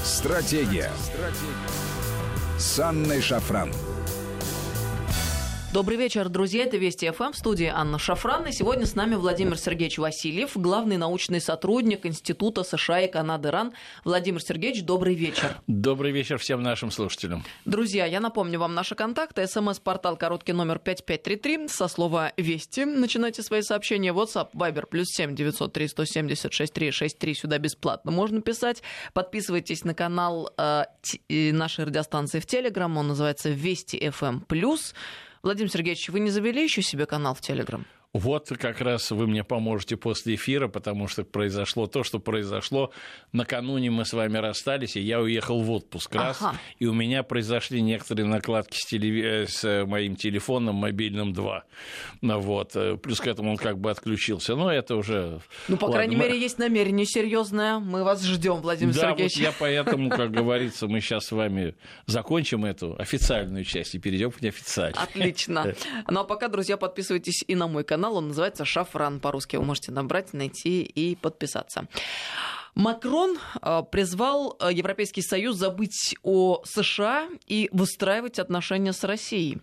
Стратегия. С Анной Шафран. Добрый вечер, друзья. Это Вести ФМ, в студии Анна Шафран. И сегодня с нами Владимир Сергеевич Васильев, главный научный сотрудник Института США и Канады РАН. Владимир Сергеевич, добрый вечер. Добрый вечер всем нашим слушателям. Друзья, я напомню вам наши контакты. СМС-портал короткий номер 5533. Со слова «Вести» начинайте свои сообщения. WhatsApp, Viber, +7 903 176 363. Сюда бесплатно можно писать. Подписывайтесь на канал нашей радиостанции в Telegram. Он называется Вести ФМ+. Владимир Сергеевич, вы не завели еще себе канал в Телеграм? Вот как раз вы мне поможете после эфира, потому что произошло то, что произошло. Накануне мы с вами расстались, и я уехал в отпуск раз, и у меня произошли некоторые накладки с моим телефоном мобильным 2. Вот. Плюс к этому он как бы отключился. Но это уже... Ну, по крайней мере, есть намерение серьезное. Мы вас ждем, Владимир Сергеевич. Да, вот я поэтому, как говорится, мы сейчас с вами закончим эту официальную часть и перейдем к неофициальной. Отлично. Ну, а пока, друзья, подписывайтесь и на мой канал. Он называется «Шафран». По-русски вы можете набрать, найти и подписаться. Макрон призвал Европейский Союз забыть о США и выстраивать отношения с Россией.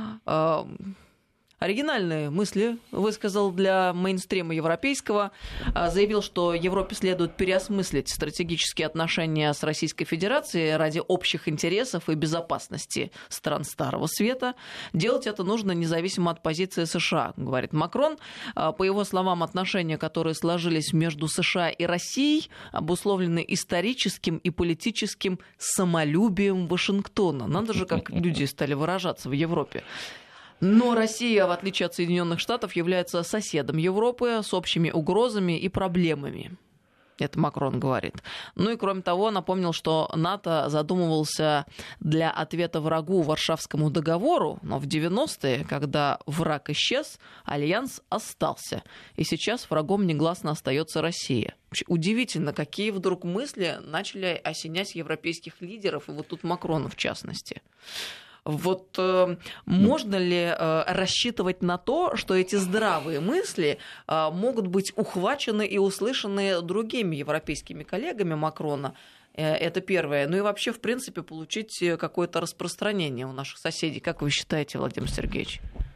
Оригинальные мысли высказал для мейнстрима европейского. Заявил, что Европе следует переосмыслить стратегические отношения с Российской Федерацией ради общих интересов и безопасности стран Старого Света. Делать это нужно независимо от позиции США, говорит Макрон. По его словам, отношения, которые сложились между США и Россией, обусловлены историческим и политическим самолюбием Вашингтона. Надо же, как люди стали выражаться в Европе. Но Россия, в отличие от Соединенных Штатов, является соседом Европы с общими угрозами и проблемами. Это Макрон говорит. Ну и кроме того, напомнил, что НАТО задумывался для ответа врагу Варшавскому договору, но в 90-е, когда враг исчез, альянс остался. И сейчас врагом негласно остается Россия. Удивительно, какие вдруг мысли начали осенять европейских лидеров, и вот тут Макрона в частности. Вот можно ли рассчитывать на то, что эти здравые мысли могут быть ухвачены и услышаны другими европейскими коллегами Макрона? Это первое. Ну и вообще, в принципе, получить какое-то распространение у наших соседей. Как вы считаете, Владимир Сергеевич?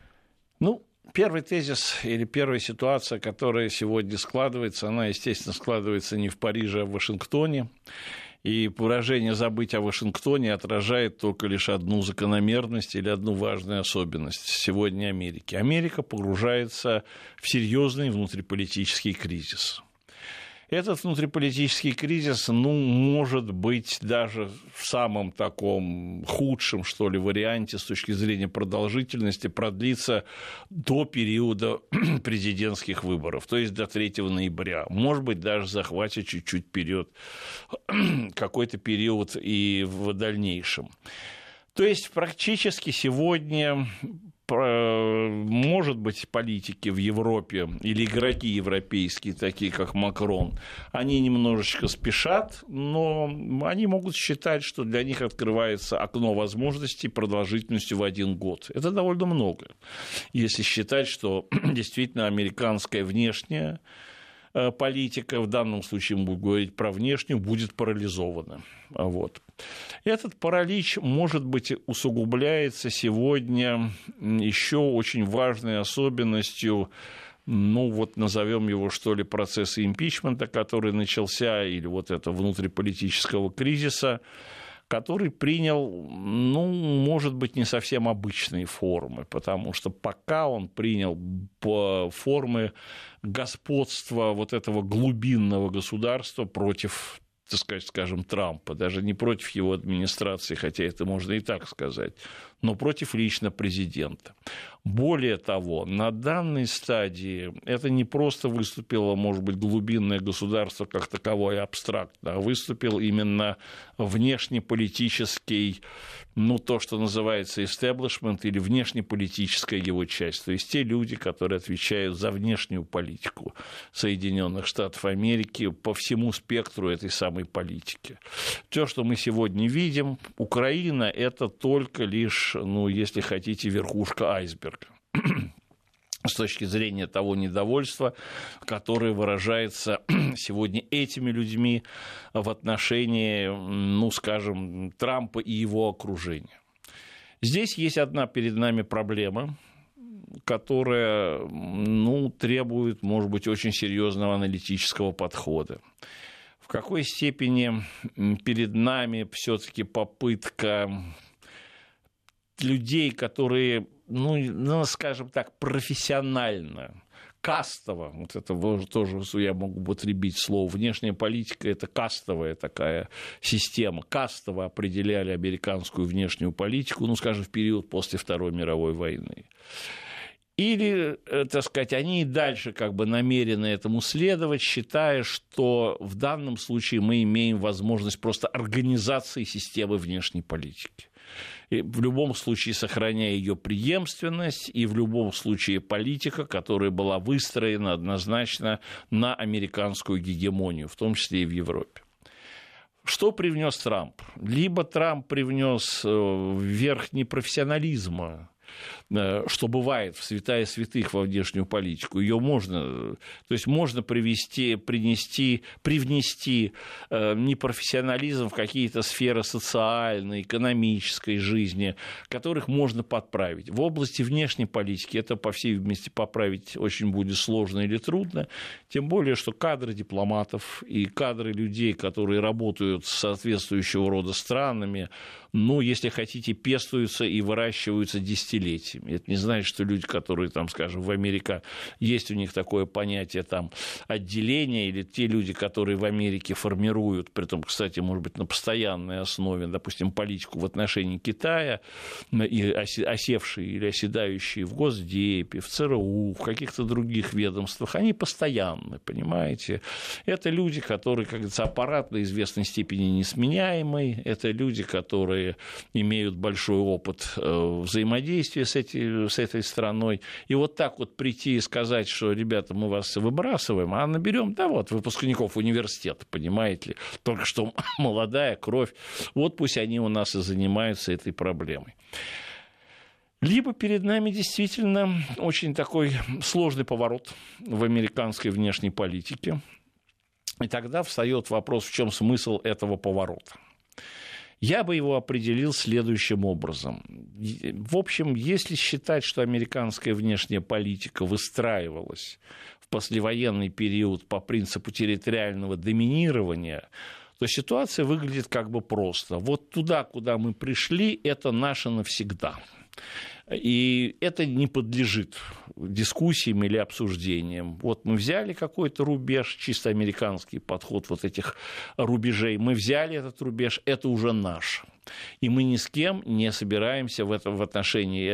Первый тезис или первая ситуация, которая сегодня складывается, она, естественно, складывается не в Париже, а в Вашингтоне. И выражение «забыть о Вашингтоне» отражает только лишь одну закономерность или одну важную особенность сегодня Америки. Америка погружается в серьезный внутриполитический кризис. Этот внутриполитический кризис, может быть, даже в самом таком худшем, что ли, варианте с точки зрения продолжительности продлится до периода президентских выборов, то есть до 3 ноября. Может быть, даже захватит чуть-чуть вперед какой-то период и в дальнейшем. То есть практически сегодня... Может быть, политики в Европе или игроки европейские, такие как Макрон, они немножечко спешат, но они могут считать, что для них открывается окно возможностей продолжительностью в 1 год. Это довольно много, если считать, что действительно американская внешняя политика, в данном случае мы будем говорить про внешнюю, будет парализована. Вот. Этот паралич, может быть, усугубляется сегодня еще очень важной особенностью, назовем его, что ли, процесса импичмента, который начался, или вот этого внутриполитического кризиса, который принял, может быть, не совсем обычные формы, потому что пока он принял формы господства вот этого глубинного государства против, так сказать, скажем, Трампа, даже не против его администрации, хотя это можно и так сказать, но против лично президента. Более того, на данной стадии это не просто выступило, может быть, глубинное государство как таковое абстрактно, а выступил именно внешнеполитический, то, что называется истеблишмент, или внешнеполитическая его часть, то есть те люди, которые отвечают за внешнюю политику Соединенных Штатов Америки по всему спектру этой самой политики. То, что мы сегодня видим, Украина – это только лишь, если хотите, верхушка айсберга. с точки зрения того недовольства, которое выражается сегодня этими людьми в отношении, ну, скажем, Трампа и его окружения. Здесь есть одна перед нами проблема, которая, ну, требует, может быть, очень серьезного аналитического подхода. В какой степени перед нами все-таки попытка людей, которые, ну, скажем так, профессионально, кастово, вот это тоже я могу употребить слово, внешняя политика – это кастовая такая система, кастово определяли американскую внешнюю политику, ну, скажем, в период после Второй мировой войны. Или, так сказать, они и дальше как бы намерены этому следовать, считая, что в данном случае мы имеем возможность просто организации системы внешней политики. И в любом случае сохраняя ее преемственность, и в любом случае политика, которая была выстроена однозначно на американскую гегемонию, в том числе и в Европе. Что привнес Трамп? Либо Трамп привнес верх непрофессионализма, что бывает в святая святых во внешнюю политику. Ее можно, то есть можно привнести непрофессионализм в какие-то сферы социальной, экономической жизни, которых можно подправить. В области внешней политики это, по всей видимости, поправить очень будет сложно или трудно, тем более, что кадры дипломатов и кадры людей, которые работают с соответствующего рода странами, ну, если хотите, пестуются и выращиваются десятилетиями. Это не значит, что люди, которые, там, скажем, в Америке, есть у них такое понятие там, отделения, или те люди, которые в Америке формируют, притом, кстати, может быть, на постоянной основе, допустим, политику в отношении Китая, и осевшие или оседающие в Госдепе, в ЦРУ, в каких-то других ведомствах, они постоянны, понимаете? Это люди, которые, как говорится, аппарат до известной степени несменяемый, это люди, которые имеют большой опыт взаимодействия с этой страной. И вот так вот прийти и сказать, что, ребята, мы вас выбрасываем, а наберем, да вот, выпускников университета, понимаете ли, только что молодая кровь, вот пусть они у нас и занимаются этой проблемой. Либо перед нами действительно очень такой сложный поворот в американской внешней политике, и тогда встает вопрос, в чем смысл этого поворота. Я бы его определил следующим образом. В общем, если считать, что американская внешняя политика выстраивалась в послевоенный период по принципу территориального доминирования, то ситуация выглядит как бы просто. Вот туда, куда мы пришли, это наше навсегда. И это не подлежит дискуссиям или обсуждениям. Вот мы взяли какой-то рубеж, чисто американский подход вот этих рубежей, мы взяли этот рубеж, это уже наш. И мы ни с кем не собираемся в отношении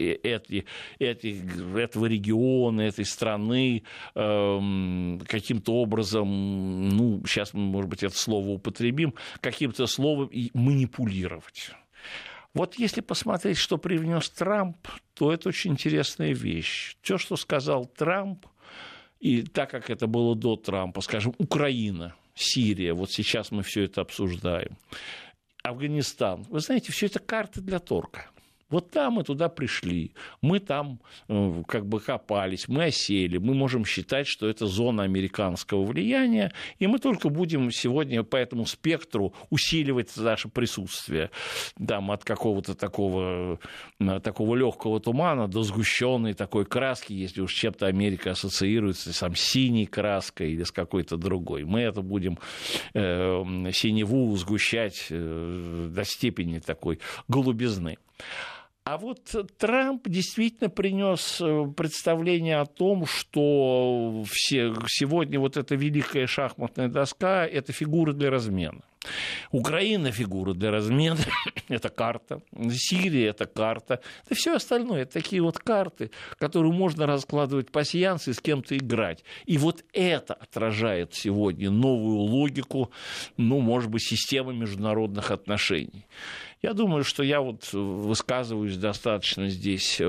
этого региона, этой страны каким-то образом, ну, сейчас мы, может быть, это слово употребим, каким-то словом и манипулировать. Вот если посмотреть, что привнес Трамп, то это очень интересная вещь. То, что сказал Трамп, и так как это было до Трампа, скажем, Украина, Сирия, вот сейчас мы все это обсуждаем, Афганистан, вы знаете, все это карты для торга. Вот там мы туда пришли, мы там как бы копались, мы осели, мы можем считать, что это зона американского влияния, и мы только будем сегодня по этому спектру усиливать наше присутствие. Там, от какого-то такого легкого тумана до сгущенной такой краски, если уж чем-то Америка ассоциируется с синей краской или с какой-то другой. Мы это будем синеву сгущать до степени такой голубизны. А вот Трамп действительно принес представление о том, что сегодня вот эта великая шахматная доска – это фигуры для размена. Украина – фигура для размена, это карта. Сирия – это карта. И все остальное – это такие вот карты, которые можно раскладывать пасьянс и с кем-то играть. И вот это отражает сегодня новую логику, ну, может быть, системы международных отношений. Я думаю, что я вот высказываюсь достаточно здесь,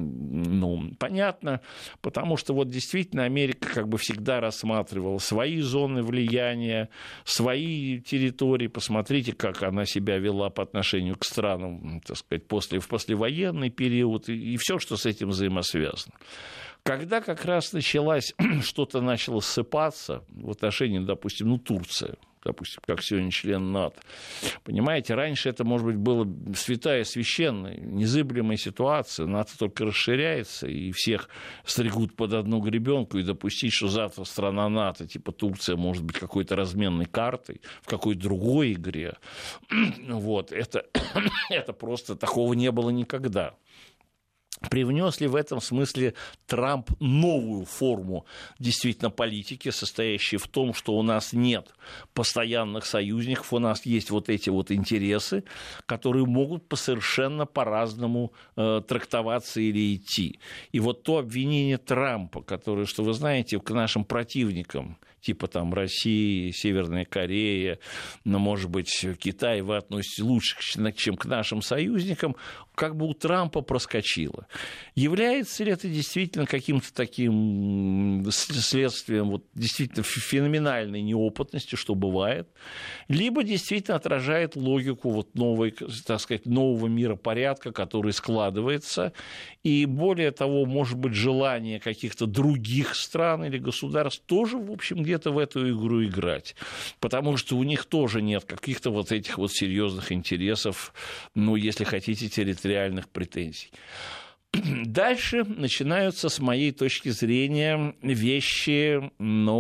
понятно, потому что вот действительно Америка как бы всегда рассматривала свои зоны влияния, свои территории. Посмотрите, как она себя вела по отношению к странам, так сказать, в послевоенный период и все, что с этим взаимосвязано. Когда как раз что-то начало ссыпаться в отношении, допустим, Турции, допустим, как сегодня член НАТО. Понимаете, раньше это, может быть, было святая, священная, незыблемая ситуация. НАТО только расширяется, и всех стригут под одну гребенку, и допустить, что завтра страна НАТО, типа Турция, может быть какой-то разменной картой в какой-то другой игре. Вот, это просто такого не было никогда. Привнес ли в этом смысле Трамп новую форму действительно политики, состоящей в том, что у нас нет постоянных союзников, у нас есть вот эти вот интересы, которые могут совершенно по-разному трактоваться или идти. И вот то обвинение Трампа, которое, что вы знаете, к нашим противникам, типа там России, Северная Корея, может быть, Китай, вы относитесь лучше, чем к нашим союзникам, как бы у Трампа проскочило. Является ли это действительно каким-то таким следствием вот, действительно феноменальной неопытности, что бывает, либо действительно отражает логику вот нового миропорядка, который складывается, и более того, может быть, желание каких-то других стран или государств тоже, в общем, где-то в эту игру играть, потому что у них тоже нет каких-то вот этих вот серьезных интересов, если хотите, территориальных претензий. Дальше начинаются, с моей точки зрения, вещи,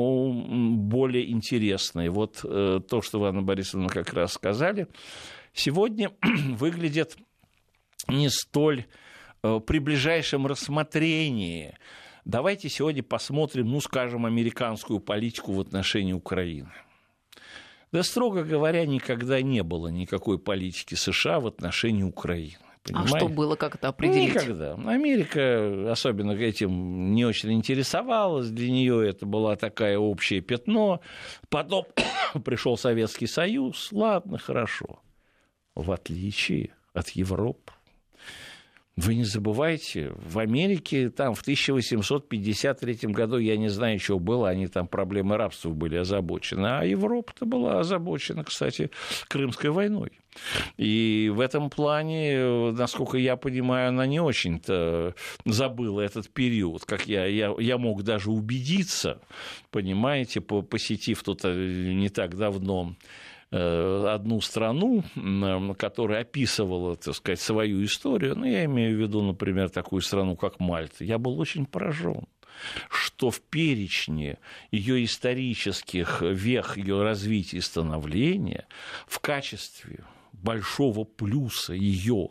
более интересные. Вот то, что вы, Анна Борисовна, как раз сказали, сегодня выглядит не столь при ближайшем рассмотрении. Давайте сегодня посмотрим, скажем, американскую политику в отношении Украины. Да, строго говоря, никогда не было никакой политики США в отношении Украины. Понимаете? А что было, как это определить? Никогда. Америка особенно этим не очень интересовалась. Для нее это было такое общее пятно. Потом пришел Советский Союз. Ладно, хорошо. В отличие от Европы. Вы не забывайте, в Америке там в 1853 году, я не знаю, что было, они там проблемы рабства были озабочены, а Европа-то была озабочена, кстати, Крымской войной. И в этом плане, насколько я понимаю, она не очень-то забыла этот период, как я мог даже убедиться, понимаете, посетив тут не так давно одну страну, которая описывала, так сказать, свою историю, я имею в виду, например, такую страну, как Мальта, я был очень поражен, что в перечне ее исторических вех, ее развития и становления в качестве большого плюса ее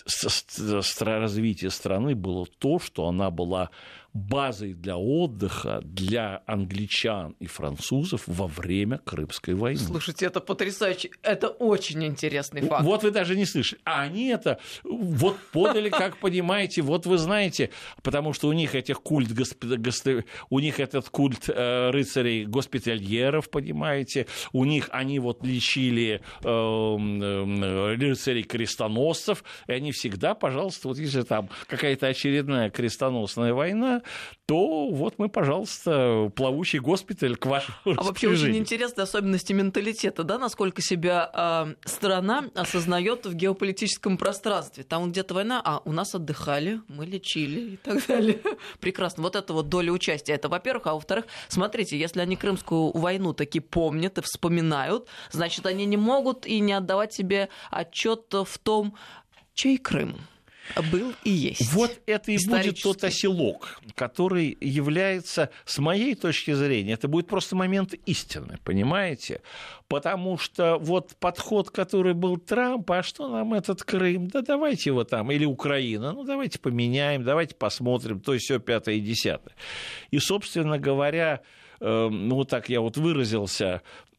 развития страны было то, что она была базой для отдыха для англичан и французов во время Крымской войны. Слушайте, это потрясающе. Это очень интересный факт. Вот вы даже не слышали. А они это вот подали, как понимаете, вот вы знаете, потому что у них этот культ рыцарей-госпитальеров, понимаете, у них они вот лечили рыцарей-крестоносцев, и они всегда, пожалуйста, вот если там какая-то очередная крестоносная война, то вот мы, пожалуйста, плавучий госпиталь к вашему распоряжению. А вообще очень интересны особенности менталитета, да, насколько себя страна осознает в геополитическом пространстве. Там где-то война, а у нас отдыхали, мы лечили и так далее. Прекрасно. Вот это вот доля участия. Это, во-первых. А во-вторых, смотрите, если они Крымскую войну таки помнят и вспоминают, значит, они не могут и не отдавать себе отчет в том, чей Крым был и есть. Вот это и будет тот оселок, который является, с моей точки зрения, это будет просто момент истины, понимаете? Потому что вот подход, который был Трампа, а что нам этот Крым? Да давайте его там, или Украина, давайте поменяем, давайте посмотрим, то есть все 5 и 10. И, собственно говоря, вот так я вот выразился,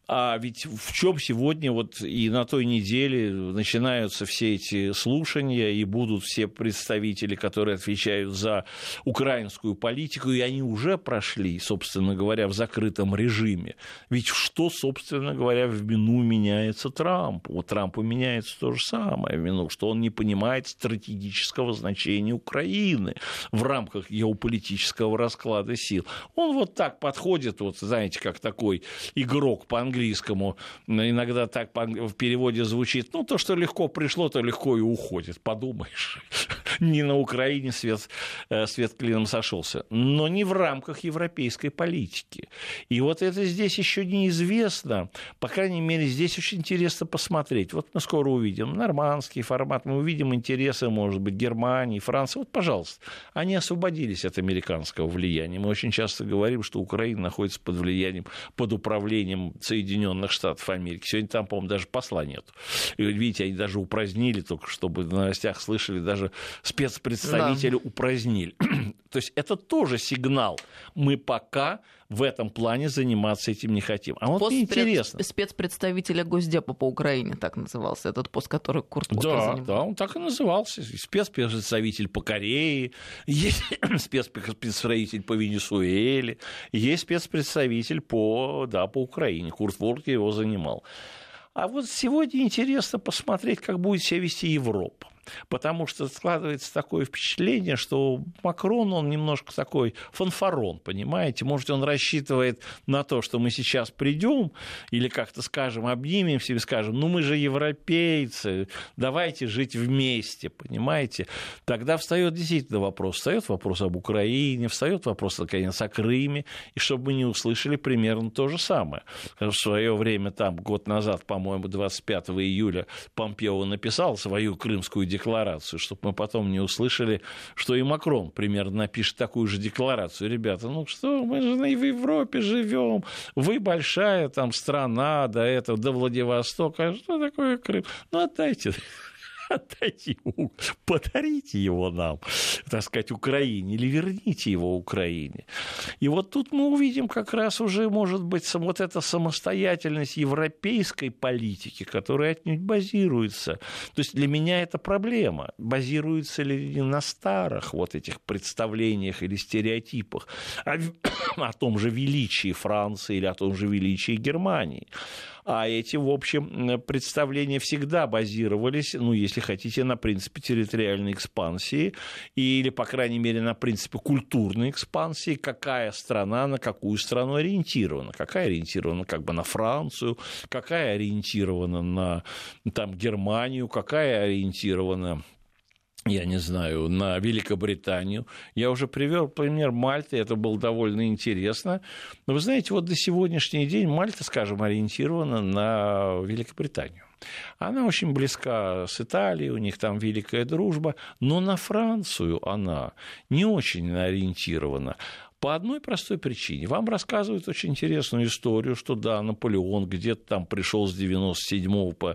А ведь в чем сегодня вот и на той неделе начинаются все эти слушания, и будут все представители, которые отвечают за украинскую политику, и они уже прошли, собственно говоря, в закрытом режиме. Ведь что, собственно говоря, в вину меняется Трампу? Вот Трампу меняется то же самое в вину, что он не понимает стратегического значения Украины в рамках геополитического расклада сил. Он вот так подходит, вот знаете, как такой игрок по-английскому, иногда так в переводе звучит, ну, то, что легко пришло, то легко и уходит, подумаешь. Не на Украине свет клином сошелся, но не в рамках европейской политики. И вот это здесь еще неизвестно, по крайней мере, здесь очень интересно посмотреть. Вот мы скоро увидим нормандский формат, мы увидим интересы, может быть, Германии, Франции. Вот, пожалуйста, они освободились от американского влияния. Мы очень часто говорим, что Украина находится под влиянием, под управлением Соединенных Штатов Америки. Сегодня там, по-моему, даже посла нет. И, видите, они даже упразднили, только чтобы в новостях слышали, даже спецпредставителя упразднили. То есть это тоже сигнал. Мы пока в этом плане заниматься этим не хотим. А вот мне интересно. Спецпредставителя Госдепа по Украине, так назывался этот пост, который Курт Волкер занимал. Да, он так и назывался. Спецпредставитель по Корее, есть спецпредставитель по Венесуэле, есть спецпредставитель по Украине. Курт Волкер его занимал. А вот сегодня интересно посмотреть, как будет себя вести Европа. Потому что складывается такое впечатление, что Макрон, он немножко такой фанфарон, понимаете? Может, он рассчитывает на то, что мы сейчас придем или как-то скажем, обнимемся и скажем, ну мы же европейцы, давайте жить вместе, понимаете? Тогда встает действительно вопрос. Встает вопрос об Украине, встает вопрос, наконец, о Крыме, и чтобы мы не услышали примерно то же самое. В свое время, там, год назад, по-моему, 25 июля Помпео написал свою крымскую декларацию, чтобы мы потом не услышали, что и Макрон примерно напишет такую же декларацию. Ребята, ну что, мы же в Европе живем, вы большая там страна, до Владивостока, а что такое Крым? Ну, отдайте его, подарите его нам, так сказать, Украине, или верните его Украине. И вот тут мы увидим как раз уже, может быть, вот эта самостоятельность европейской политики, которая отнюдь базируется. То есть для меня это проблема. Базируется ли не на старых вот этих представлениях или стереотипах о том же величии Франции или о том же величии Германии. А эти, в общем, представления всегда базировались, ну, если хотите, на принципе территориальной экспансии или, по крайней мере, на принципе культурной экспансии, какая страна на какую страну ориентирована. Какая ориентирована как бы на Францию, какая ориентирована на там, Германию, какая ориентирована, я не знаю, на Великобританию. Я уже привел пример Мальты, это было довольно интересно. Но вы знаете, вот до сегодняшний день Мальта, скажем, ориентирована на Великобританию. Она очень близка с Италией, у них там великая дружба, но на Францию она не очень ориентирована. По одной простой причине. Вам рассказывают очень интересную историю, что да, Наполеон где-то там пришел с 97 по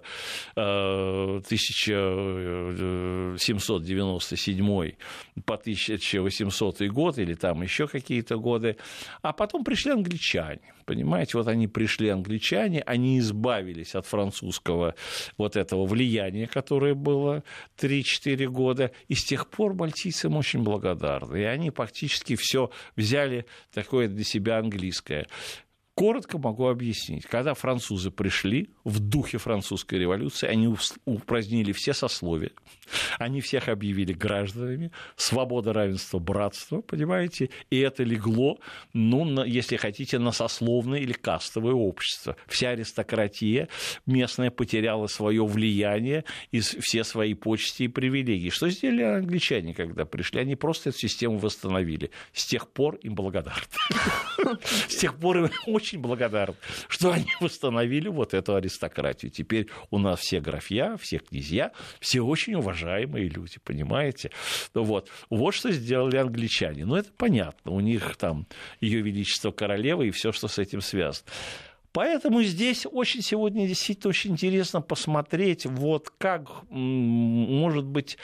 1797 по 1800 год или там еще какие-то годы, а потом пришли англичане. Понимаете, вот они пришли, англичане, они избавились от французского вот этого влияния, которое было 3-4 года, и с тех пор мальтийцам очень благодарны. И они фактически все взяли такое для себя английское. Коротко могу объяснить. Когда французы пришли в духе французской революции, они упразднили все сословия, они всех объявили гражданами, свобода, равенство, братство, понимаете, и это легло, ну, если хотите, на сословное или кастовое общество. Вся аристократия местная потеряла свое влияние и все свои почести и привилегии. Что сделали англичане, когда пришли? Они просто эту систему восстановили. С тех пор им благодарны. С тех пор им очень благодарны, что они восстановили вот эту аристократию. Теперь у нас все графья, все князья, все очень уважаемые люди, понимаете? Вот что сделали англичане. Ну, это понятно, у них там Ее Величество Королева и все, что с этим связано. Поэтому здесь очень сегодня действительно очень интересно посмотреть, вот как, может быть,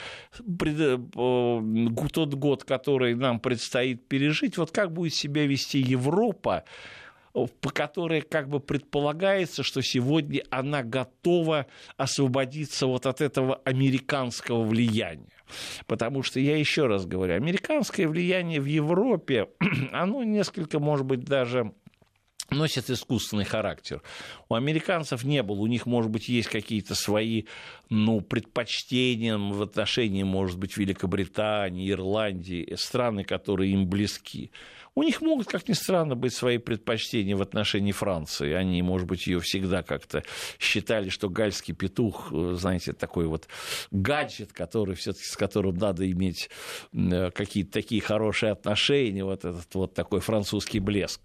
тот год, который нам предстоит пережить, вот как будет себя вести Европа по которой как бы предполагается, что сегодня она готова освободиться вот от этого американского влияния. Потому что, я еще раз говорю, американское влияние в Европе, оно несколько, может быть, даже носит искусственный характер. У американцев не было, у них, может быть, есть какие-то свои предпочтения в отношении, может быть, Великобритании, Ирландии, страны, которые им близки. У них могут, как ни странно, быть свои предпочтения в отношении Франции. Они, может быть, ее всегда как-то считали, что гальский петух, знаете, такой вот гаджет, который все-таки с которым надо иметь какие-то такие хорошие отношения, вот этот вот такой французский блеск.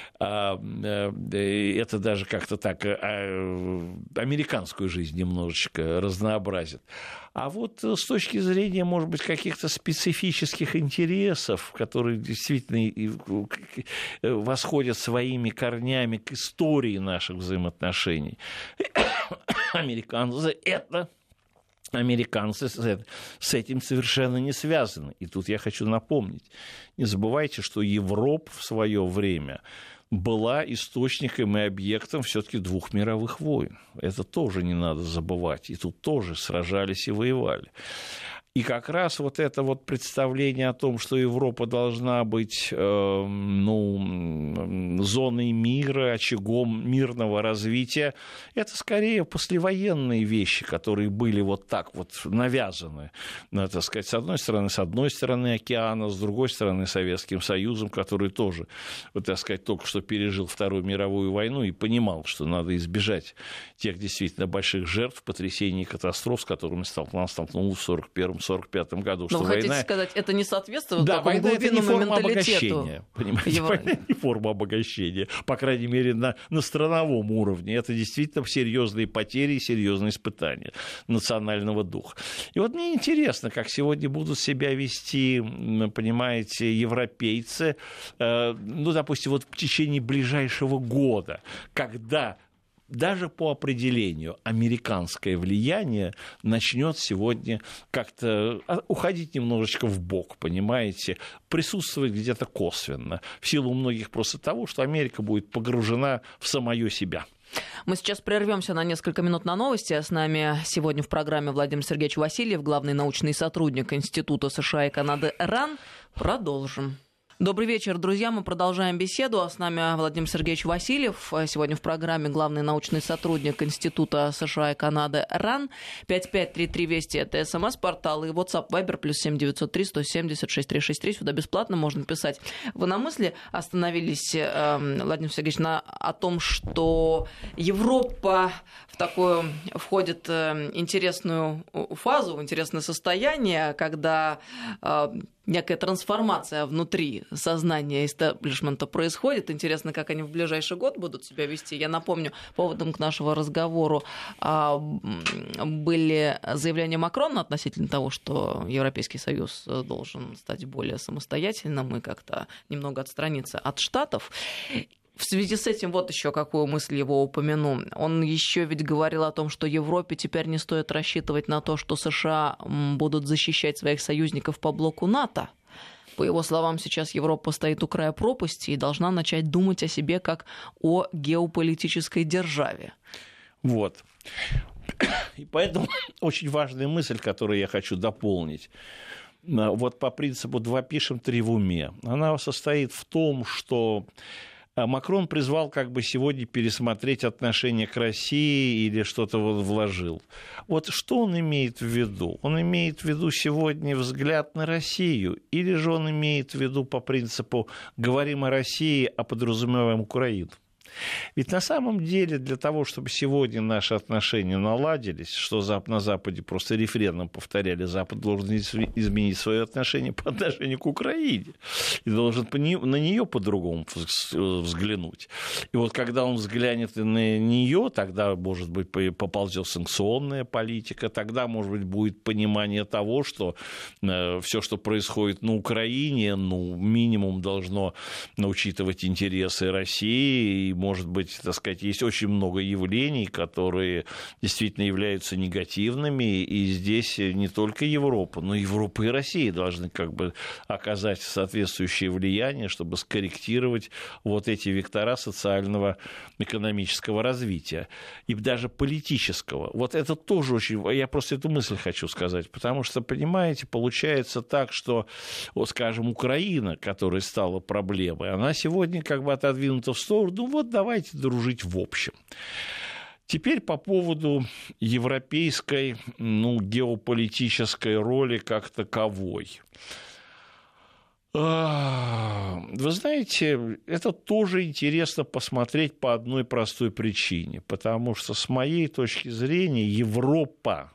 Это даже как-то так американскую жизнь немножечко разнообразит. А вот с точки зрения, может быть, каких-то специфических интересов, которые действительно восходят своими корнями к истории наших взаимоотношений, американцы с этим совершенно не связаны. И тут я хочу напомнить, не забывайте, что Европа в свое время была источником и объектом все-таки 2 мировых войн. Это тоже не надо забывать. И тут тоже сражались и воевали. И как раз вот это вот представление о том, что Европа должна быть зоной мира, очагом мирного развития, это скорее послевоенные вещи, которые были вот так вот навязаны, так сказать, с одной стороны океана, с другой стороны Советским Союзом, который тоже, вот, так сказать, только что пережил Вторую мировую войну и понимал, что надо избежать тех действительно больших жертв, потрясений и катастроф, с которыми столкнулся в 1941-1945 году. Но вы хотите сказать, это не соответствует такому глубинному менталитету? Да, война — это не форма обогащения, понимаете? Война не форма обогащения, по крайней мере, на страновом уровне. Это действительно серьезные потери и серьезные испытания национального духа. И вот мне интересно, как сегодня будут себя вести, понимаете, европейцы, допустим, вот в течение ближайшего года, когда даже по определению американское влияние начнет сегодня как-то уходить немножечко вбок, понимаете, присутствовать где-то косвенно, в силу многих просто того, что Америка будет погружена в самое себя. Мы сейчас прервемся на несколько минут на новости. С нами сегодня в программе Владимир Сергеевич Васильев, главный научный сотрудник Института США и Канады РАН. Продолжим. Добрый вечер, друзья. Мы продолжаем беседу. А с нами Владимир Сергеевич Васильев. Сегодня в программе главный научный сотрудник Института США и Канады РАН. 5533 Вести — это СМС-портал. И WhatsApp Viber +7 903 170 6363. Сюда бесплатно можно писать. Вы на мысли остановились, Владимир Сергеевич, о том, что Европа в такую входит интересную фазу, в интересное состояние, когда некая трансформация внутри сознания истеблишмента происходит. Интересно, как они в ближайший год будут себя вести. Я напомню, поводом к нашему разговору были заявления Макрона относительно того, что Европейский Союз должен стать более самостоятельным и как-то немного отстраниться от Штатов. В связи с этим вот еще какую мысль его упомяну. Он еще ведь говорил о том, что Европе теперь не стоит рассчитывать на то, что США будут защищать своих союзников по блоку НАТО. По его словам, сейчас Европа стоит у края пропасти и должна начать думать о себе как о геополитической державе. Вот. И поэтому очень важная мысль, которую я хочу дополнить. Вот по принципу «два пишем, три в уме». Она состоит в том, что Макрон призвал как бы сегодня пересмотреть отношение к России или что-то вот вложил. Вот что он имеет в виду? Он имеет в виду сегодня взгляд на Россию, или же он имеет в виду по принципу «говорим о России, а подразумеваем Украину»? Ведь на самом деле для того, чтобы сегодня наши отношения наладились, что на Западе просто рефреном повторяли, Запад должен изменить свои отношения по отношению к Украине и должен на нее по-другому взглянуть. И вот когда он взглянет на нее, тогда, может быть, поползет санкционная политика, тогда, может быть, будет понимание того, что все, что происходит на Украине, минимум должно учитывать интересы России, и может быть, так сказать, есть очень много явлений, которые действительно являются негативными, и здесь не только Европа, но и Европа и Россия должны как бы оказать соответствующее влияние, чтобы скорректировать вот эти вектора социального, экономического развития и даже политического. Вот это тоже очень... Я просто эту мысль хочу сказать, потому что, понимаете, получается так, что, вот, скажем, Украина, которая стала проблемой, она сегодня как бы отодвинута в сторону, ну вот давайте дружить в общем. Теперь по поводу европейской, геополитической роли как таковой. Вы знаете, это тоже интересно посмотреть по одной простой причине, потому что, с моей точки зрения, Европа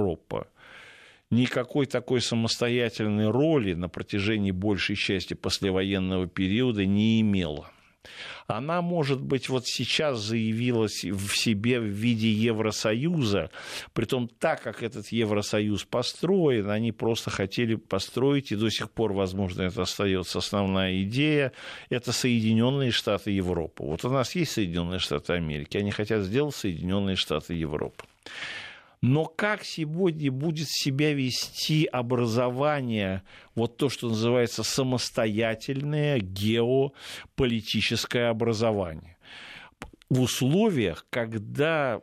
никакой такой самостоятельной роли на протяжении большей части послевоенного периода не имела. Она, может быть, вот сейчас заявилась в себе в виде Евросоюза, притом так, как этот Евросоюз построен, они просто хотели построить, и до сих пор, возможно, это остается основная идея, это Соединенные Штаты Европы. Вот у нас есть Соединенные Штаты Америки, они хотят сделать Соединенные Штаты Европы. Но как сегодня будет себя вести образование, вот то, что называется самостоятельное геополитическое образование, в условиях, когда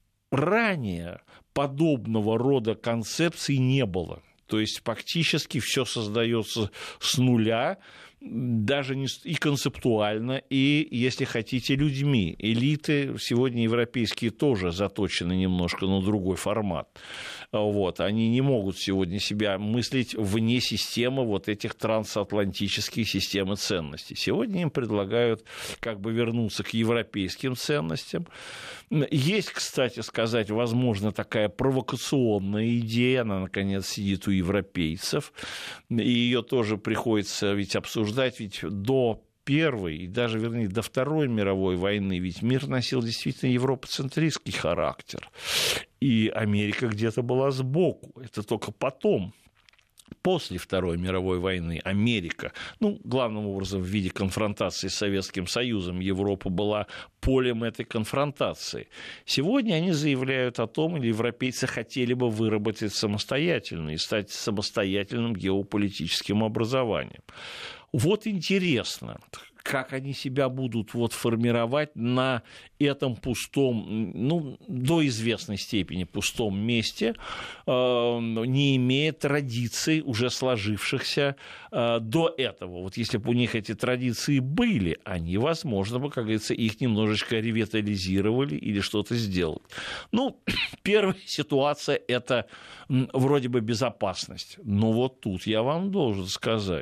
ранее подобного рода концепций не было? То есть фактически все создается с нуля, даже не и концептуально, и, если хотите, людьми. Элиты сегодня европейские тоже заточены немножко на другой формат. Вот. Они не могут сегодня себя мыслить вне системы вот этих трансатлантических систем ценностей. Сегодня им предлагают как бы вернуться к европейским ценностям. Есть, кстати сказать, возможно, такая провокационная идея, она, наконец, сидит у европейцев, и ее тоже приходится ведь обсуждать, ведь до Первой и даже, вернее, до Второй мировой войны ведь мир носил действительно европоцентристский характер, и Америка где-то была сбоку, это только потом. После Второй мировой войны Америка, главным образом в виде конфронтации с Советским Союзом, Европа была полем этой конфронтации. Сегодня они заявляют о том, или европейцы хотели бы выработать самостоятельно и стать самостоятельным геополитическим образованием. Вот интересно, как они себя будут формировать на этом пустом, до известной степени пустом месте, не имея традиций, уже сложившихся до этого. Вот если бы у них эти традиции были, они, возможно, бы, как говорится, их немножечко ревитализировали или что-то сделали. Первая ситуация – это вроде бы безопасность. Но вот тут я вам должен сказать,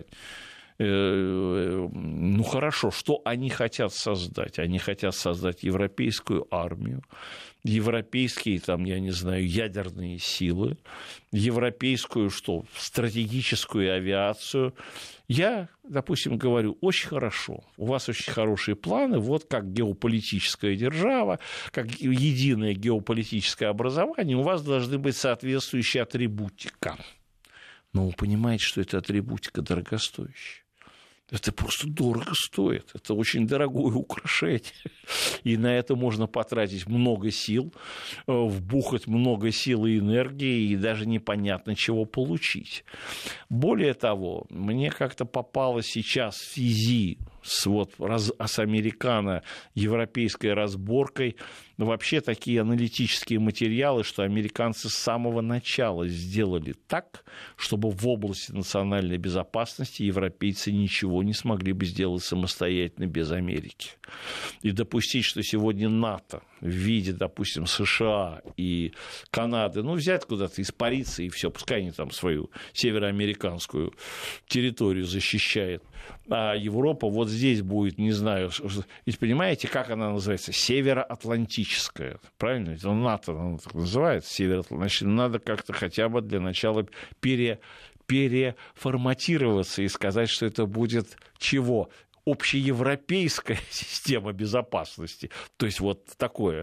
хорошо, что они хотят создать? Они хотят создать европейскую армию, европейские, ядерные силы, европейскую, стратегическую авиацию. Я, допустим, говорю, очень хорошо, у вас очень хорошие планы, вот как геополитическая держава, как единое геополитическое образование, у вас должны быть соответствующие атрибутика. Но вы понимаете, что эта атрибутика дорогостоящая. Это просто дорого стоит. Это очень дорогое украшение. И на это можно потратить много сил, вбухать много сил и энергии, и даже непонятно, чего получить. Более того, мне как-то попало сейчас в связи с американо-европейской разборкой вообще такие аналитические материалы, что американцы с самого начала сделали так, чтобы в области национальной безопасности европейцы ничего не смогли бы сделать самостоятельно без Америки. И допустить, что сегодня НАТО в виде, допустим, США и Канады, взять куда-то, испариться и все, пускай они там свою североамериканскую территорию защищают, а Европа вот здесь будет, не знаю, ведь понимаете, как она называется? Североатлантическая, правильно? Это НАТО она так называется, Североатлантическая. Надо как-то хотя бы для начала переформатироваться и сказать, что это будет чего? общеевропейская система безопасности. То есть вот такого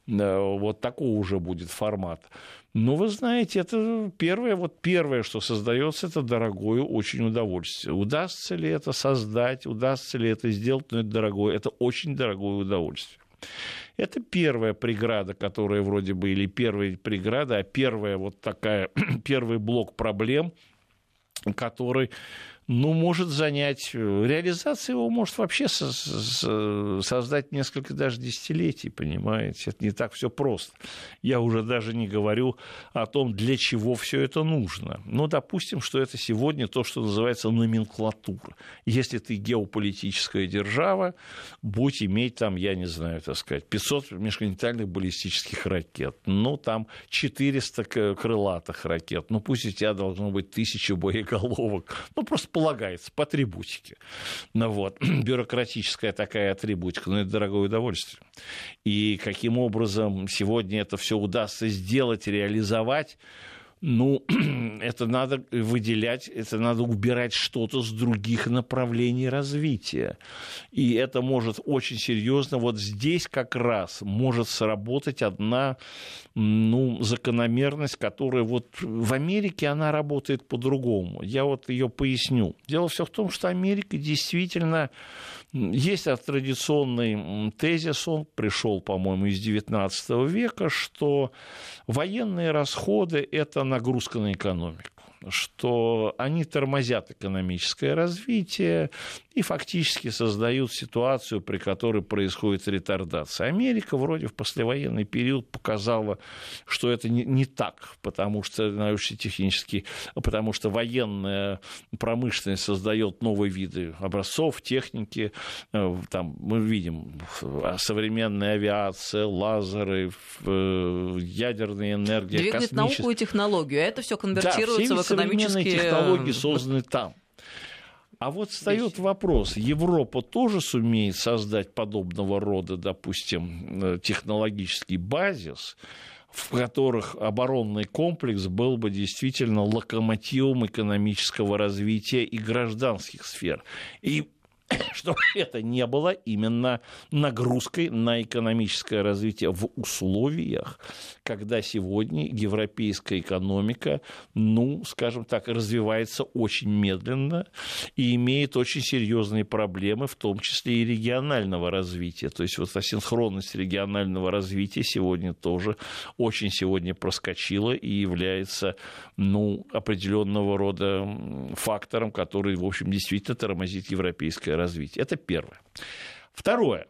уже будет формат. Но вы знаете, это первое, что создается, это дорогое очень удовольствие. Удастся ли это создать, удастся ли это сделать, но это очень дорогое удовольствие. Это первая преграда, которая вроде бы, или первая преграда, а первый блок проблем, который, может занять, реализация его может вообще создать несколько даже десятилетий, понимаете, это не так все просто. Я уже даже не говорю о том, для чего все это нужно. Допустим, что это сегодня то, что называется номенклатура. Если ты геополитическая держава, будь иметь 500 межконтинентальных баллистических ракет, 400 крылатых ракет, пусть у тебя должно быть 1000 боеголовок, просто полагается по атрибутике. Бюрократическая такая атрибутика, но это дорогое удовольствие. И каким образом сегодня это все удастся сделать, реализовать, это надо выделять, это надо убирать что-то с других направлений развития. И это может очень серьезно, здесь как раз может сработать одна закономерность, которая в Америке она работает по-другому. Я ее поясню. Дело все в том, что Америка действительно... Есть традиционный тезис, он пришел, по-моему, из XIX века, что военные расходы – это нагрузка на экономику, что они тормозят экономическое развитие и фактически создают ситуацию, при которой происходит ретардация. Америка вроде в послевоенный период показала, что это не так, потому что научно-технически, потому что военная промышленность создает новые виды образцов, техники. Мы видим современная авиация, лазеры, ядерная энергия, двигает науку и технологию, а это все конвертируется в экономические... современные технологии созданы там. А встает вопрос, Европа тоже сумеет создать подобного рода, допустим, технологический базис, в которых оборонный комплекс был бы действительно локомотивом экономического развития и гражданских сфер. И чтобы это не было именно нагрузкой на экономическое развитие в условиях, когда сегодня европейская экономика, скажем так, развивается очень медленно и имеет очень серьезные проблемы, в том числе и регионального развития. То есть асинхронность регионального развития сегодня тоже очень проскочила и является определенного рода фактором, который, в общем, действительно тормозит европейское развитие. Это первое. Второе.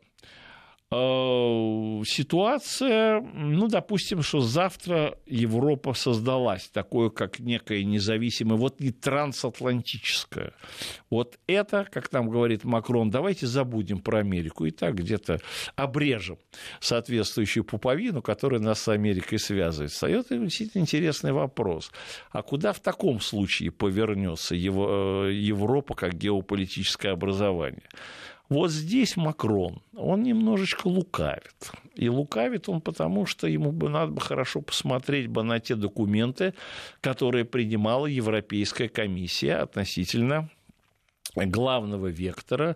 Ситуация, допустим, что завтра Европа создалась, такое, как некое независимое, не трансатлантическое. Это, как там говорит Макрон, давайте забудем про Америку и так где-то обрежем соответствующую пуповину, которая нас с Америкой связывает. Встаёт действительно интересный вопрос. А куда в таком случае повернется Европа как геополитическое образование? Здесь Макрон, он немножечко лукавит. И лукавит он потому, что ему надо хорошо посмотреть на те документы, которые принимала Европейская комиссия относительно главного вектора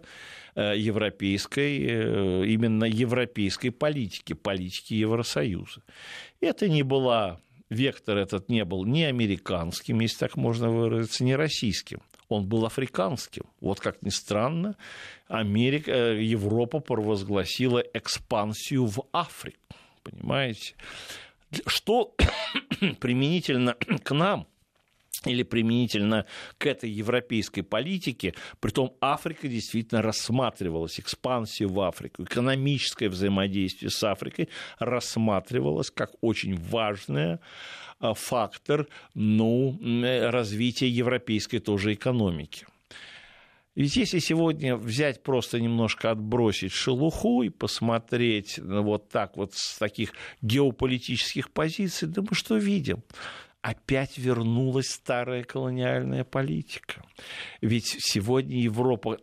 именно европейской политики Евросоюза. Вектор этот не был ни американским, если так можно выразиться, ни российским. Он был африканским. Как ни странно, Европа провозгласила экспансию в Африку. Понимаете? Что применительно к нам или применительно к этой европейской политике, притом Африка действительно рассматривалась, экспансия в Африку, экономическое взаимодействие с Африкой рассматривалось как очень важное фактор развития европейской тоже экономики. Ведь если сегодня взять, просто немножко отбросить шелуху и посмотреть с таких геополитических позиций, мы что видим? Опять вернулась старая колониальная политика. Ведь сегодня Европа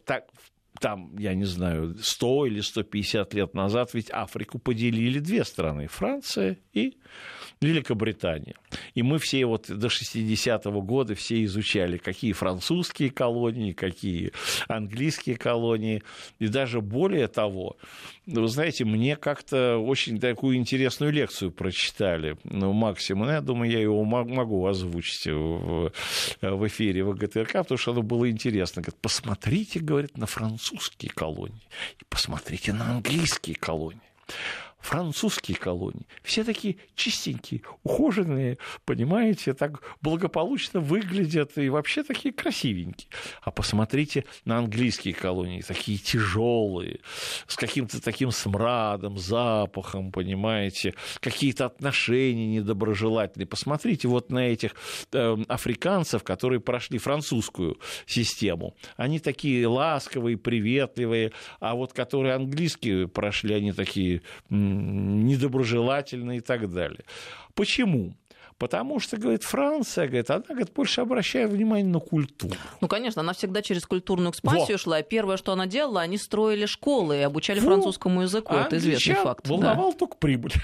100 или 150 лет назад ведь Африку поделили две страны – Франция и Великобритания. И мы все вот до 60-го года все изучали, какие французские колонии, какие английские колонии. И даже более того, вы знаете, мне как-то очень такую интересную лекцию прочитали Максиму. Я думаю, я его могу озвучить в эфире ВГТРК, потому что оно было интересно. Говорит, посмотрите, говорит, на французские колонии и посмотрите на английские колонии. Французские колонии все такие чистенькие, ухоженные, понимаете, так благополучно выглядят и вообще такие красивенькие. А посмотрите на английские колонии, такие тяжелые, с каким-то таким смрадом, запахом, понимаете, какие-то отношения недоброжелательные. Посмотрите вот на этих африканцев, которые прошли французскую систему. Они такие ласковые, приветливые, а вот которые английские прошли, они такие недоброжелательные и так далее. Почему? Потому что, говорит, Франция, говорит, она, говорит, больше обращает внимание на культуру. Ну, конечно, она всегда через культурную экспансию шла. И первое, что она делала, они строили школы и обучали французскому языку. Это известный факт. Волновал только прибыль.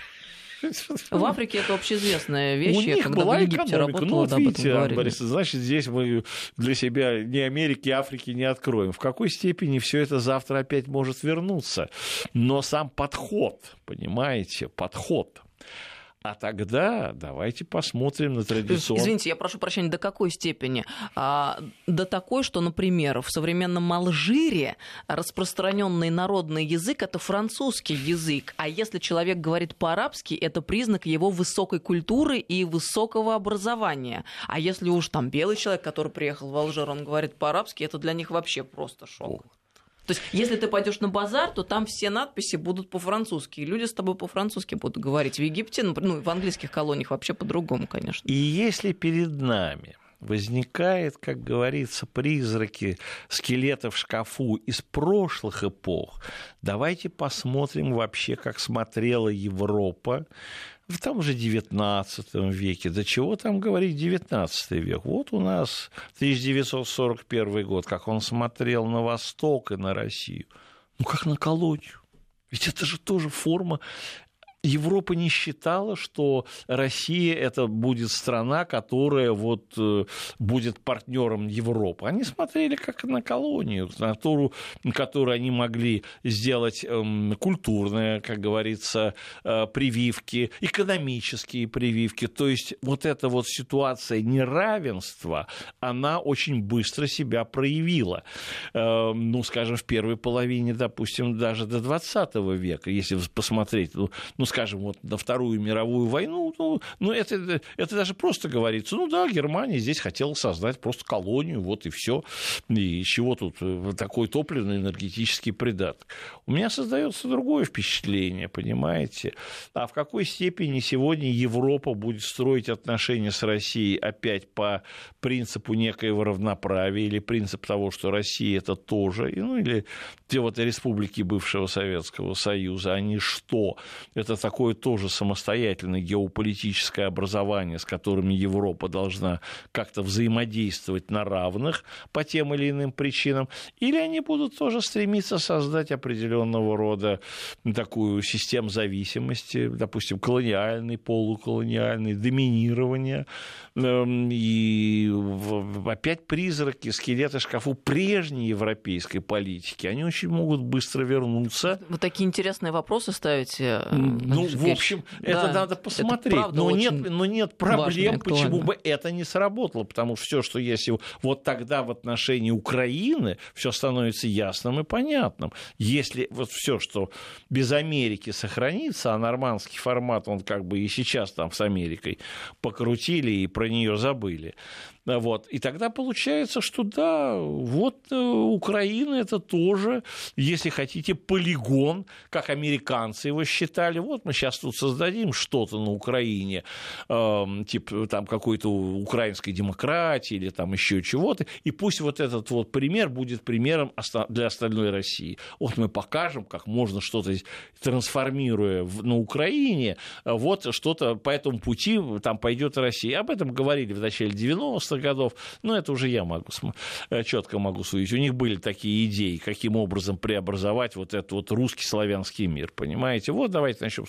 В Африке это общеизвестная вещь. У них когда была в Египте экономика. работала, Вот видите, Борис, значит, здесь мы для себя ни Америки, ни Африки не откроем. В какой степени все это завтра опять может вернуться? Но сам подход, понимаете, подход. А тогда давайте посмотрим на традиционный... Извините, я прошу прощения, до какой степени? До такой, что, например, в современном Алжире распространенный народный язык – это французский язык. А если человек говорит по-арабски, это признак его высокой культуры и высокого образования. А если уж там белый человек, который приехал в Алжир, он говорит по-арабски, это для них вообще просто шок. То есть, если ты пойдешь на базар, то там все надписи будут по-французски, и люди с тобой по-французски будут говорить. В Египте, ну, в английских колониях вообще по-другому, конечно. И если перед нами возникают, как говорится, призраки скелетов в шкафу из прошлых эпох, давайте посмотрим вообще, как смотрела Европа в том же XIX веке. Да чего там говорить XIX век? Вот у нас 1941 год, как он смотрел на Восток и на Россию. Ну, как на колонию. Ведь это же тоже форма. Европа не считала, что Россия это будет страна, которая вот будет партнером Европы. Они смотрели как на колонию, которую они могли сделать культурные, как говорится, прививки, экономические прививки. То есть вот эта вот ситуация неравенства, она очень быстро себя проявила. Ну, скажем, в первой половине, допустим, даже до 20 века, если посмотреть, скажем, вот на Вторую мировую войну, это даже просто говорится, ну да, Германия здесь хотела создать просто колонию, вот и все. И чего тут такой топливно-энергетический придаток? У меня создается другое впечатление, понимаете? А в какой степени сегодня Европа будет строить отношения с Россией опять по принципу некоего равноправия или принцип того, что Россия это тоже, или те вот республики бывшего Советского Союза, они что? Это такое тоже самостоятельное геополитическое образование, с которыми Европа должна как-то взаимодействовать на равных по тем или иным причинам, или они будут тоже стремиться создать определенного рода такую систему зависимости, допустим, колониальный, полуколониальный, доминирование, и опять призраки, скелеты в шкафу прежней европейской политики, они очень могут быстро вернуться. Вы такие интересные вопросы ставите. Ну, в общем, это надо посмотреть. Но нет проблем, почему бы это не сработало. Потому что все, что есть вот тогда в отношении Украины, все становится ясным и понятным. Если вот все, что без Америки сохранится, а нормандский формат, он как бы и сейчас там с Америкой покрутили и про нее забыли. Вот. И тогда получается, что да, вот Украина это тоже, если хотите, полигон, как американцы его считали. Вот мы сейчас тут создадим что-то на Украине, типа там какой-то украинской демократии или там еще чего-то, и пусть вот этот вот пример будет примером для остальной России. Вот мы покажем, как можно что-то, трансформируя на Украине, вот что-то по этому пути там пойдет Россия. Об этом говорили в начале 90-х годов, но это уже я четко могу судить. У них были такие идеи, каким образом преобразовать вот этот вот русский славянский мир, понимаете? Вот давайте начнем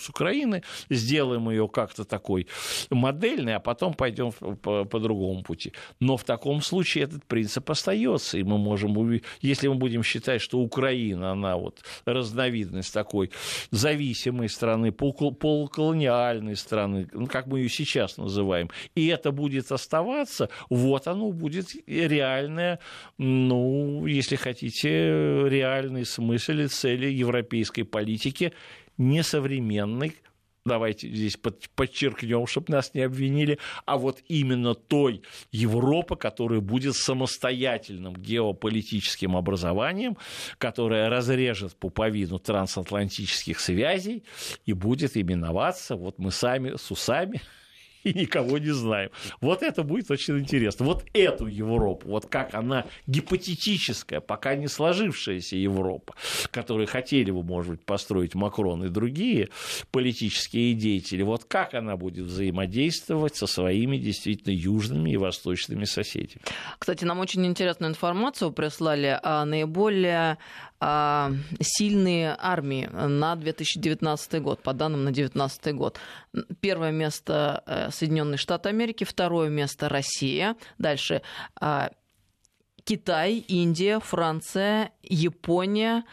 с Украины, сделаем ее как-то такой модельной, а потом пойдем по другому пути. Но в таком случае этот принцип остается, и мы можем, если мы будем считать, что Украина, она вот разновидность такой зависимой страны, полуколониальной страны, как мы ее сейчас называем, и это будет оставаться, вот оно будет реальное, если хотите, реальный смысл и цели европейской политики, несовременной, давайте здесь подчеркнем, чтобы нас не обвинили, а вот именно той Европы, которая будет самостоятельным геополитическим образованием, которая разрежет пуповину трансатлантических связей и будет именоваться, вот мы сами с усами, и никого не знаем. Вот это будет очень интересно. Вот эту Европу, вот как она гипотетическая, пока не сложившаяся Европа, которую хотели бы, может быть, построить Макрон и другие политические деятели, вот как она будет взаимодействовать со своими действительно южными и восточными соседями. Кстати, нам очень интересную информацию прислали о наиболее сильные армии на 2019 год, по данным на 2019 год. Первое место Соединенные Штаты Америки, второе место Россия, дальше Китай, Индия, Франция, Япония,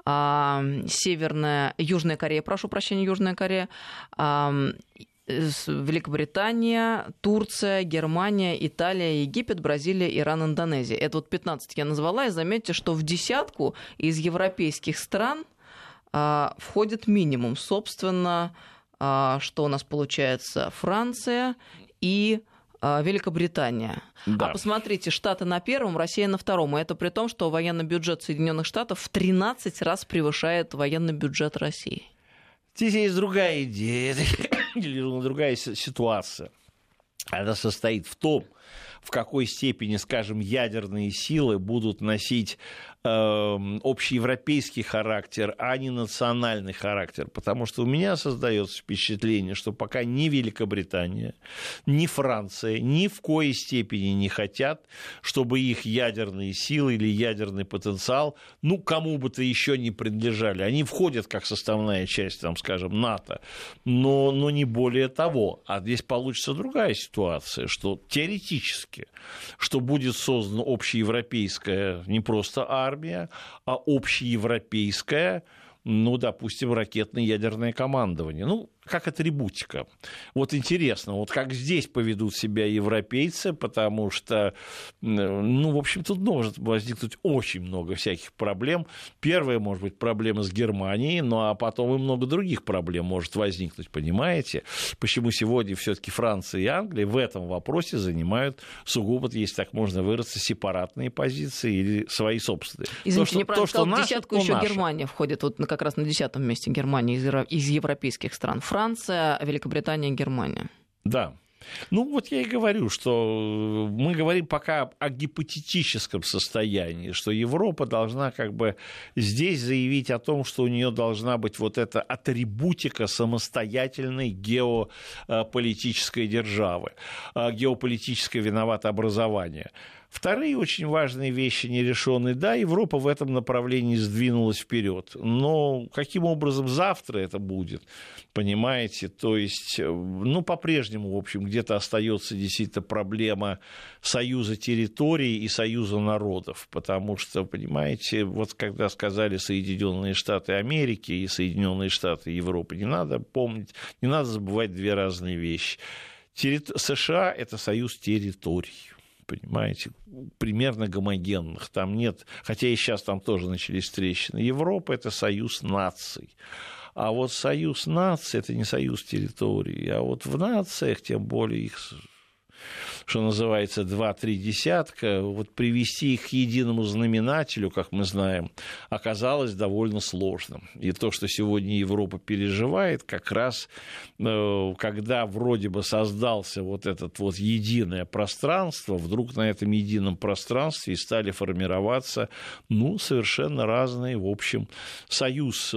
Южная Корея, Южная Корея, Великобритания, Турция, Германия, Италия, Египет, Бразилия, Иран, Индонезия. Это вот 15 я назвала, и заметьте, что в десятку из европейских стран входит минимум. Собственно, что у нас получается? Франция и Великобритания. Да. А посмотрите, Штаты на первом, Россия на втором. И это при том, что военный бюджет Соединенных Штатов в 13 раз превышает военный бюджет России. Здесь есть другая идея, или другая ситуация. Она состоит в том, в какой степени, скажем, ядерные силы будут носить общеевропейский характер, а не национальный характер. Потому что у меня создается впечатление, что пока ни Великобритания, ни Франция ни в коей степени не хотят, чтобы их ядерные силы или ядерный потенциал, кому бы то еще не принадлежали. Они входят как составная часть, там, скажем, НАТО, но не более того. А здесь получится другая ситуация, что теоретически, что будет создана общеевропейская не просто армия, а общеевропейская, допустим, ракетно-ядерное командование. Как атрибутика. Вот интересно, вот как здесь поведут себя европейцы, потому что, в общем, тут может возникнуть очень много всяких проблем. Первая, может быть, проблема с Германией, а потом и много других проблем может возникнуть, понимаете? Почему сегодня все-таки Франция и Англия в этом вопросе занимают сугубо, если так можно выразиться, сепаратные позиции или свои собственные. Извините, неправильно сказал, в десятку еще Германия входит, вот как раз на 10-м месте Германия из европейских стран. Франция, Великобритания, Германия. Да. Вот я и говорю, что мы говорим пока о гипотетическом состоянии, что Европа должна здесь заявить о том, что у нее должна быть вот эта атрибутика самостоятельной геополитической державы, геополитическое виноватообразование. Вторые очень важные вещи нерешенные. Да, Европа в этом направлении сдвинулась вперед. Но каким образом завтра это будет, понимаете? То есть, по-прежнему, в общем, где-то остается действительно проблема союза территорий и союза народов. Потому что, понимаете, вот когда сказали Соединенные Штаты Америки и Соединенные Штаты Европы, не надо помнить, не надо забывать две разные вещи. США – это союз территорий. Понимаете, примерно гомогенных. Там нет, хотя и сейчас там тоже начались трещины. Европа – это союз наций. А вот союз наций – это не союз территорий. А вот в нациях, тем более их, что называется, 2-3 десятка, вот привести их к единому знаменателю, как мы знаем, оказалось довольно сложным. И то, что сегодня Европа переживает, как раз когда вроде бы создался вот это вот единое пространство, вдруг на этом едином пространстве стали формироваться, совершенно разные, в общем, союз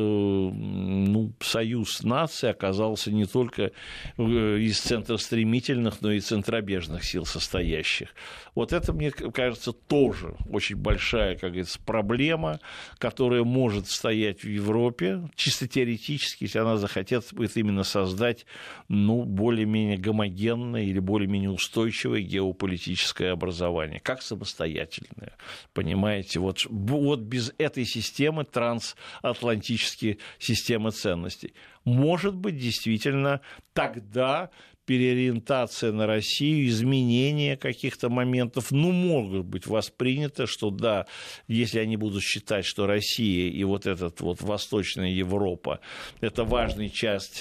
наций оказался не только из центростремительных, но и центробежных сил. сил состоящих. Вот это, мне кажется, тоже очень большая, как говорится, проблема, которая может стоять в Европе, чисто теоретически, если она захотела будет именно создать более-менее гомогенное или более-менее устойчивое геополитическое образование, как самостоятельное. Понимаете, вот без этой системы, трансатлантической системы ценностей, может быть, действительно, тогда переориентация на Россию, изменение каких-то моментов, могут быть восприняты, что да, если они будут считать, что Россия и вот эта вот Восточная Европа – это важная часть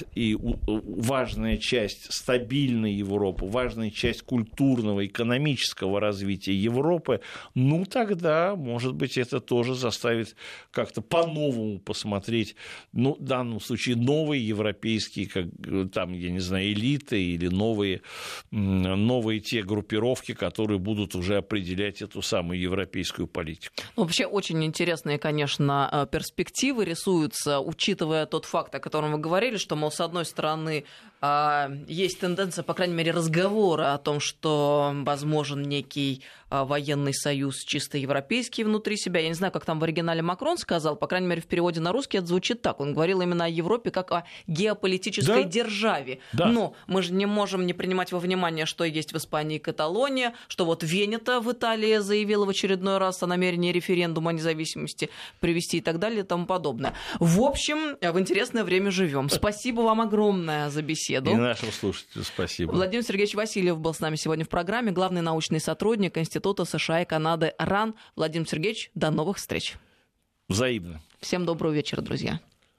стабильной Европы, важная часть культурного, экономического развития Европы, тогда, может быть, это тоже заставит как-то по-новому посмотреть, в данном случае, новые европейские, элиты или новые те группировки, которые будут уже определять эту самую европейскую политику. Вообще очень интересные, конечно, перспективы рисуются, учитывая тот факт, о котором вы говорили, что, мол, с одной стороны, есть тенденция, по крайней мере, разговора о том, что возможен некий военный союз чисто европейский внутри себя. Я не знаю, как там в оригинале Макрон сказал, по крайней мере, в переводе на русский это звучит так. Он говорил именно о Европе как о геополитической державе. Да. Но мы же не можем не принимать во внимание, что есть в Испании Каталония, что вот Венето в Италии заявила в очередной раз о намерении референдума о независимости привести и так далее и тому подобное. В общем, в интересное время живем. Спасибо вам огромное за беседу. И нашим слушателям спасибо. Владимир Сергеевич Васильев был с нами сегодня в программе, главный научный сотрудник Института США и Канады РАН. Владимир Сергеевич, до новых встреч. Взаимно. Всем доброго вечера, друзья.